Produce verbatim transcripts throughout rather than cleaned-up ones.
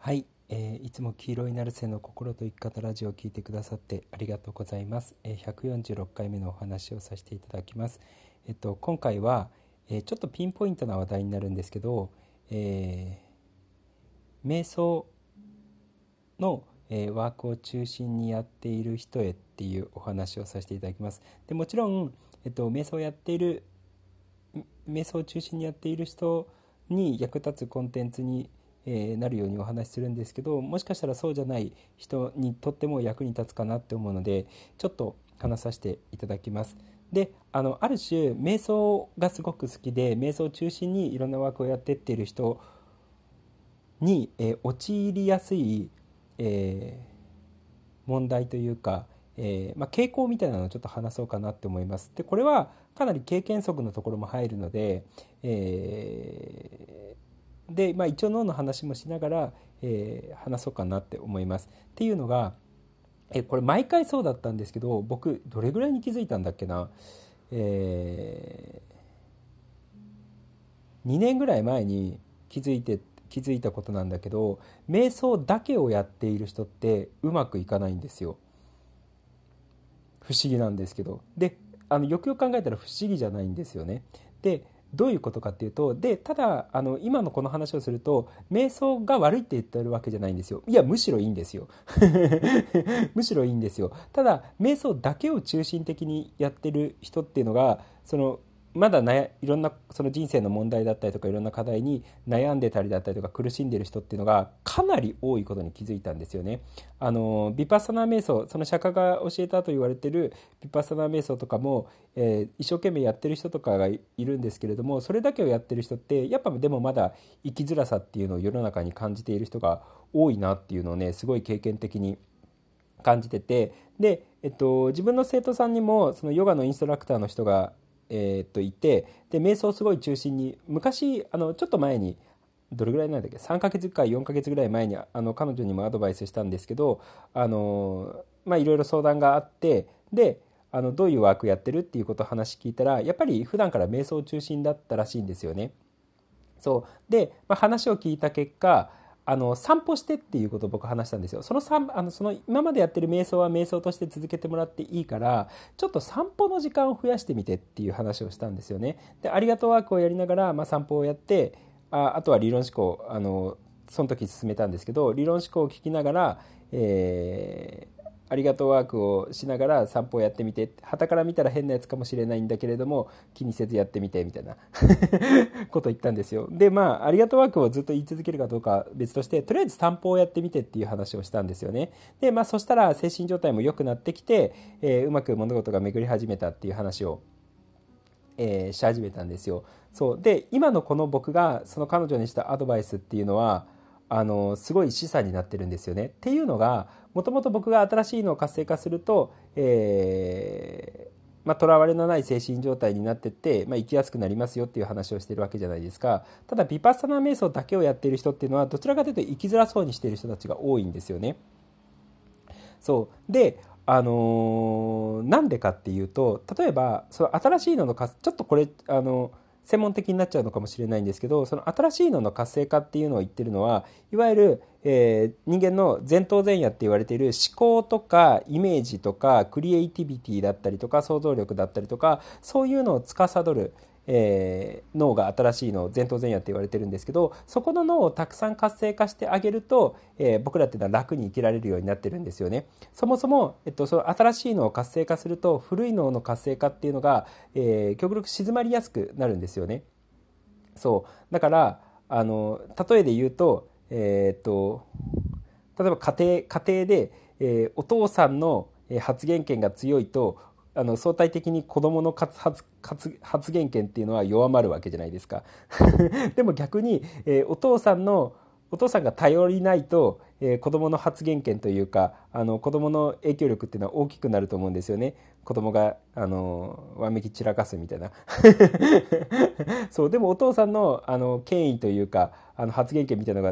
はい、えーいつも黄色いナルセの心と生き方ラジオを聞いてくださってありがとうございます。えーひゃくよんじゅうろっかいめのお話をさせていただきます。えっと今回は、えーちょっとピンポイントな話題になるんですけど、えー瞑想の、えーワークを中心にやっている人へっていうお話をさせていただきます。でもちろん、えっと、瞑想をやっている瞑想を中心にやっている人に役立つコンテンツに、えーなるようにお話しするんですけど、もしかしたらそうじゃない人にとっても役に立つかなって思うので、ちょっと話させていただきます。で、あのある種瞑想がすごく好きで瞑想を中心にいろんなワークをやってっている人に、えー陥りやすい、えー問題というか、えーまあ、傾向みたいなのをちょっと話そうかなって思います。でこれはかなり経験則のところも入るので、えーで、まあ、一応脳の話もしながら、えー話そうかなって思います。っていうのが、えこれ毎回そうだったんですけど、僕どれぐらいに気づいたんだっけな、えーにねんぐらい前に気づいて気づいたことなんだけど、瞑想だけをやっている人ってうまくいかないんですよ。不思議なんですけど、であのよくよく考えたら不思議じゃないんですよね。でどういうことかっていうと、でただあの今のこの話をすると瞑想が悪いって言ってるわけじゃないんですよ。いやむしろいいんですよむしろいいんですよ。ただ瞑想だけを中心的にやってる人っていうのが、そのまだ悩いろんなその人生の問題だったりとかいろんな課題に悩んでたりだったりとか苦しんでる人っていうのがかなり多いことに気づいたんですよね。あのビパッサナー瞑想、その釈迦が教えたと言われてるビパッサナー瞑想とかも、えー一生懸命やってる人とかがいるんですけれども、それだけをやってる人ってやっぱでもまだ生きづらさっていうのを世の中に感じている人が多いなっていうのをね、すごい経験的に感じてて、で、えっと、自分の生徒さんにもそのヨガのインストラクターの人が、えーっといて、で瞑想をすごい中心に昔あのちょっと前にどれぐらいなんだっけ、さんかげつかよんかげつぐらい前にあの彼女にもアドバイスしたんですけど、あのまあいろいろ相談があって、であのどういうワークやってるっていうことを話聞いたら、やっぱり普段から瞑想中心だったらしいんですよね。そうで、まあ、話を聞いた結果、あの散歩してっていうことを僕話したんですよ。その散あのその今までやってる瞑想は瞑想として続けてもらっていいから、ちょっと散歩の時間を増やしてみてっていう話をしたんですよね。でありがとうワークをやりながら、まあ、散歩をやって、ああとは理論思考、あのその時進めたんですけど、理論思考を聞きながら、えーありがとうワークをしながら散歩をやってみて、傍から見たら変なやつかもしれないんだけれども気にせずやってみてみたいなことを言ったんですよ。でまあありがとうワークをずっと言い続けるかどうかは別として、とりあえず散歩をやってみてっていう話をしたんですよね。でまあそしたら精神状態も良くなってきて、えーうまく物事が巡り始めたっていう話を、えーし始めたんですよ。そうで今のこの僕がその彼女にしたアドバイスっていうのは、あのすごい示唆になってるんですよね。っていうのが、もともと僕が新しいのを活性化すると、えーまあ、囚われのない精神状態になってって、まあ、生きやすくなりますよっていう話をしてるわけじゃないですか。ただビパッサナー瞑想だけをやっている人っていうのはどちらかというと生きづらそうにしている人たちが多いんですよね。そうで、あのーなんでかっていうと、例えばその新しいのの活ちょっとこれあの専門的になっちゃうのかもしれないんですけど、その新しいのの活性化っていうのを言ってるのは、いわゆる、えー人間の前頭前野って言われている思考とかイメージとかクリエイティビティだったりとか想像力だったりとか、そういうのを司る、えー脳が新しい脳、前頭前野って言われてるんですけど、そこの脳をたくさん活性化してあげると、えー僕らっていうのは楽に生きられるようになってるんですよね。そもそも、えっと、その新しい脳を活性化すると古い脳の活性化っていうのが、えー極力静まりやすくなるんですよね。そうだからあの例えで言うと、えーっと例えば家庭家庭で、えーお父さんのえー発言権が強いと、あの相対的に子供の発発発発言権っていうのは弱まるわけじゃないですかでも逆に、えーお父さんのお父さんが頼りないと、えー子供の発言権というか、あの子供の影響力っていうのは大きくなると思うんですよね。子供があのわめき散らかすみたいなそうでもお父さんのあの権威というか、あの発言権みたいなのが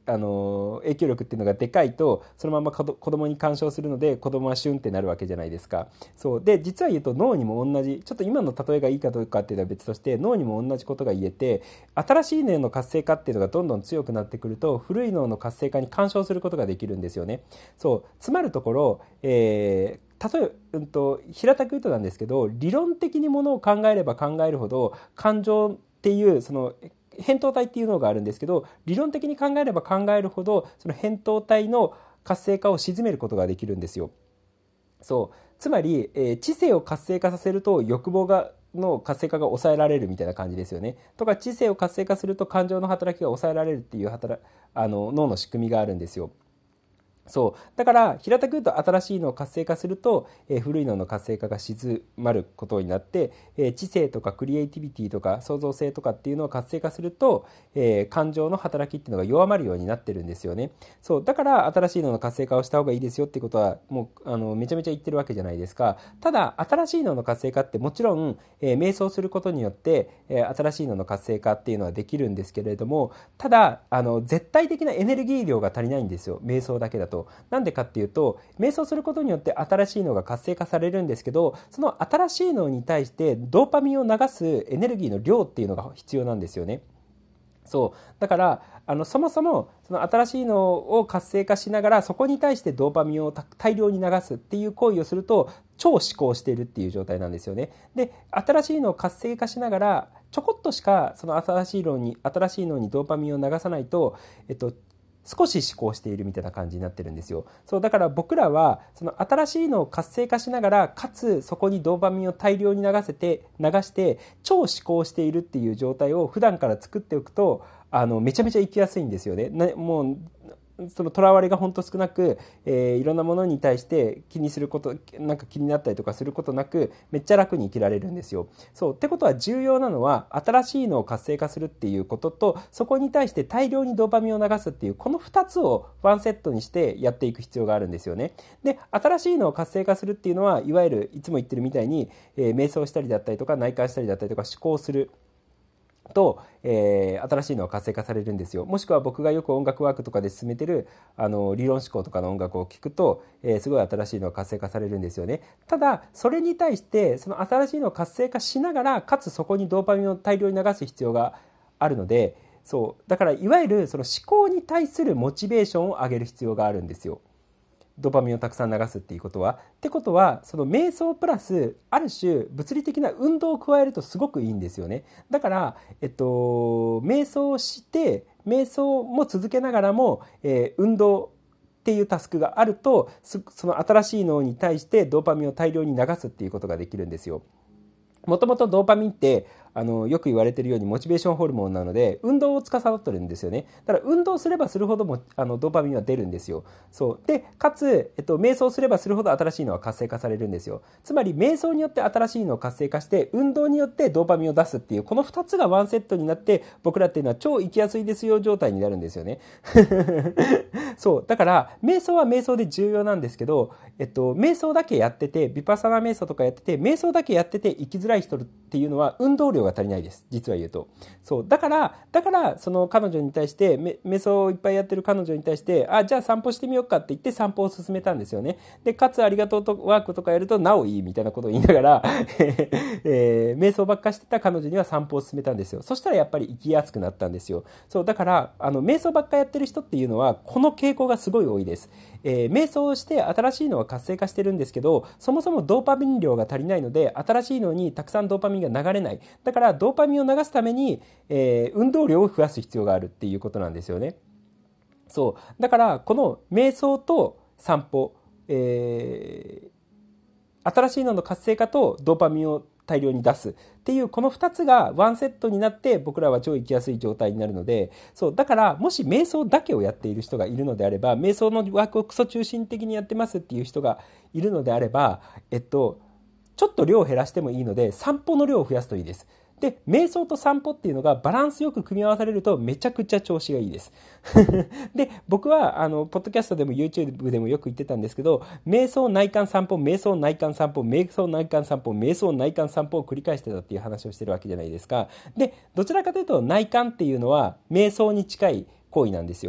あの影響力っていうのがでかいと、そのまま子供に干渉するので子供はシュンってなるわけじゃないですか。そうで、実は言うと脳にも同じ、ちょっと今の例えがいいかどうかっていうのは別として、脳にも同じことが言えて、新しい脳の活性化っていうのがどんどん強くなってくると、古い脳の活性化に干渉することができるんですよね。そうつまるところ、えー、例えば、うんと、平たく言うとなんですけど、理論的にものを考えれば考えるほど、感情っていうその扁桃体っていうのがあるんですけど、理論的に考えれば考えるほど、その扁桃体の活性化を鎮めることができるんですよ。そうつまり、えー、知性を活性化させると欲望がの活性化が抑えられるみたいな感じですよね。とか、知性を活性化すると感情の働きが抑えられるっていう働あの脳の仕組みがあるんですよ。そうだから平たく言うと、新しいのを活性化すると、えー、古いのの活性化が静まることになって、えー、知性とかクリエイティビティとか創造性とかっていうのを活性化すると、えー、感情の働きっていうのが弱まるようになってるんですよね。そうだから新しいのの活性化をした方がいいですよっていうことはもうあのめちゃめちゃ言ってるわけじゃないですか。ただ新しいのの活性化ってもちろん、えー、瞑想することによって、えー、新しいのの活性化っていうのはできるんですけれども、ただあの絶対的なエネルギー量が足りないんですよ、瞑想だけだと。なんでかっていうと、瞑想することによって新しい脳が活性化されるんですけど、その新しい脳に対してドーパミンを流すエネルギーの量っていうのが必要なんですよね。そうだからあのそもそもその新しい脳を活性化しながら、そこに対してドーパミンを大量に流すっていう行為をすると、超思考しているっていう状態なんですよね。で、新しい脳を活性化しながらちょこっとしかその新しい脳に新しい脳にドーパミンを流さないと、えっと少し思考しているみたいな感じになってるんですよ。そうだから僕らはその新しいのを活性化しながら、かつそこにドーパミンを大量に流せて流して超思考しているっていう状態を普段から作っておくと、あのめちゃめちゃ生きやすいんですよね。なもうその囚われが本当少なく、えー、いろんなものに対して気にすること、なんか気になったりとかすることなく、めっちゃ楽に生きられるんですよ。そうってことは、重要なのは新しいのを活性化するっていうことと、そこに対して大量にドーパミンを流すっていう、このふたつをワンセットにしてやっていく必要があるんですよね。で、新しいのを活性化するっていうのは、いわゆるいつも言ってるみたいに、えー、瞑想したりだったりとか内観したりだったりとか思考すると、えー、新しいのは活性化されるんですよ。もしくは僕がよく音楽ワークとかで進めてるあの理論思考とかの音楽を聴くと、えー、すごい新しいのは活性化されるんですよね。ただそれに対してその新しいのを活性化しながら、かつそこにドーパミンを大量に流す必要があるので、そうだからいわゆるその思考に対するモチベーションを上げる必要があるんですよ。ドーパミンをたくさん流すっていうことは。ってことは、その瞑想プラスある種物理的な運動を加えるとすごくいいんですよね。だから、えっと、瞑想して瞑想も続けながらも、えー、運動っていうタスクがあると、その新しい脳に対してドーパミンを大量に流すっていうことができるんですよ。もともとドーパミンってあのよく言われているようにモチベーションホルモンなので、運動を司ってるんですよね。だから運動すればするほどもあのドーパミンは出るんですよ。そうでかつ、えっと、瞑想すればするほど新しいのは活性化されるんですよ。つまり瞑想によって新しいのを活性化して、運動によってドーパミンを出すっていう、このふたつがワンセットになって、僕らっていうのは超生きやすいですよ状態になるんですよね。そうだから瞑想は瞑想で重要なんですけど、えっと、瞑想だけやってて、ビパッサナ瞑想とかやってて、瞑想だけやってて生きづらい人っていうのは運動量が足りないです、実は言うと。そうだからだからその彼女に対して、瞑想をいっぱいやってる彼女に対して、あじゃあ散歩してみようかって言って散歩を進めたんですよね。でかつありがとうとワークとかやるとなおいいみたいなことを言いながら、えー、瞑想ばっかしてた彼女には散歩を進めたんですよ。そしたらやっぱり生きやすくなったんですよ。そうだからあの瞑想ばっかやってる人っていうのはこの傾向がすごい多いです。えー、瞑想をして新しいのは活性化してるんですけど、そもそもドーパミン量が足りないので、新しいのにたくさんドーパミンが流れない。だからドーパミンを流すために、えー、運動量を増やす必要があるっていうことなんですよね。そうだからこの瞑想と散歩、えー、新しいのの活性化とドーパミンを大量に出すっていう、このふたつがワンセットになって僕らは超生きやすい状態になるので、そうだからもし瞑想だけをやっている人がいるのであれば、瞑想のワークをクソ中心的にやってますっていう人がいるのであれば、えっとちょっと量を減らしてもいいので散歩の量を増やすといいです。で瞑想と散歩っていうのがバランスよく組み合わされるとめちゃくちゃ調子がいいです。で僕はあのポッドキャストでも YouTube でもよく言ってたんですけど、瞑想内観散歩、瞑想内観散歩、瞑想内観散歩、瞑想内観散歩を繰り返してたっていう話をしてるわけじゃないですか。でどちらかというと内観っていうのは瞑想に近い行為なんですよ。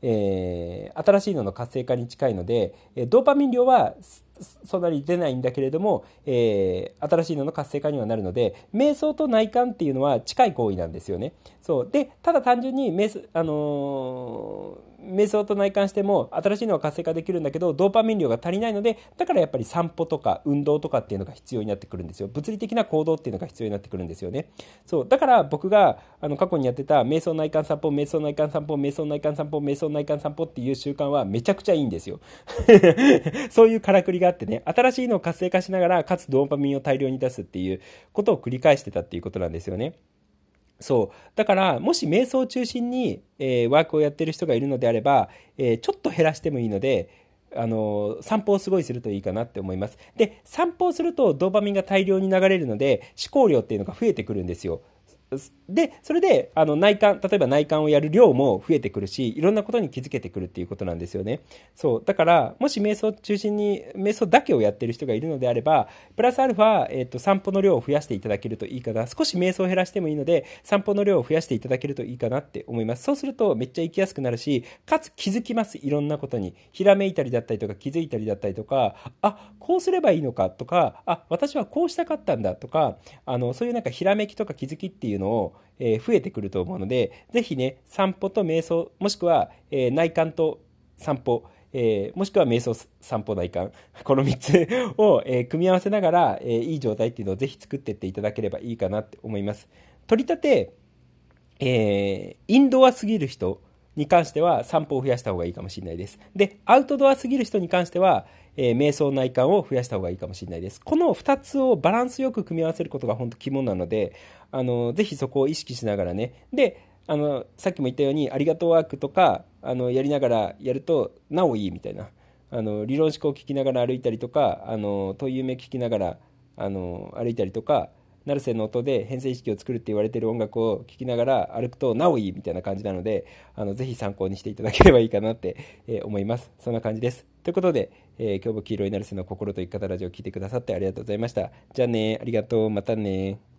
えー新しいのの活性化に近いので、えードーパミン量はそんなに出ないんだけれども、えー新しいのの活性化にはなるので、瞑想と内観っていうのは近い行為なんですよね。そうで、ただ単純に瞑想、あのー瞑想と内観しても新しいのは活性化できるんだけど、ドーパミン量が足りないので、だからやっぱり散歩とか運動とかっていうのが必要になってくるんですよ。物理的な行動っていうのが必要になってくるんですよね。そうだから僕があの過去にやってた瞑想内観散歩、瞑想内観散歩、瞑想内観散歩、瞑想内観散歩っていう習慣はめちゃくちゃいいんですよ。そういうからくりがあってね、新しいのを活性化しながらかつドーパミンを大量に出すっていうことを繰り返してたっていうことなんですよね。そう。だから、もし瞑想を中心に、えーワークをやってる人がいるのであれば、えーちょっと減らしてもいいので、あのー散歩をすごいするといいかなって思います。で、散歩をするとドーパミンが大量に流れるので、思考量っていうのが増えてくるんですよ。で、それで、あの、内観、例えば内観をやる量も増えてくるし、いろんなことに気づけてくるっていうことなんですよね。そう。だから、もし瞑想を中心に、瞑想だけをやってる人がいるのであれば、プラスアルファ、えっと、散歩の量を増やしていただけるといいかな。少し瞑想を減らしてもいいので、散歩の量を増やしていただけるといいかなって思います。そうすると、めっちゃ行きやすくなるし、かつ気づきます。いろんなことに。ひらめいたりだったりとか、気づいたりだったりとか、あ、こうすればいいのかとか、あ、私はこうしたかったんだとか、あの、そういうなんかひらめきとか気づきっていうのを、えー増えてくると思うので、ぜひね、散歩と瞑想、もしくは、えー内観と散歩、えーもしくは瞑想、散歩、内観、このみっつを、えー組み合わせながら、えーいい状態っていうのをぜひ作っていっていただければいいかなって思います。取り立て、えーインドアすぎる人に関しては散歩を増やした方がいいかもしれないです。で、アウトドアすぎる人に関しては、えー瞑想内観を増やした方がいいかもしれないです。このふたつをバランスよく組み合わせることが本当肝なので、あの、ぜひそこを意識しながらね。で、あの、さっきも言ったように、ありがとうワークとか、あの、やりながらやると、なおいいみたいな。あの、理論思考を聞きながら歩いたりとか、あの、問い夢聞きながら、あの、歩いたりとか、ナルセの音で編成意識を作るって言われている音楽を聴きながら歩くとなおいいみたいな感じなので、あのぜひ参考にしていただければいいかなって、えー思います。そんな感じです。ということで、えー今日も黄色いナルセの心と生き方ラジオを聞いてくださってありがとうございました。じゃあね、ありがとう、またね。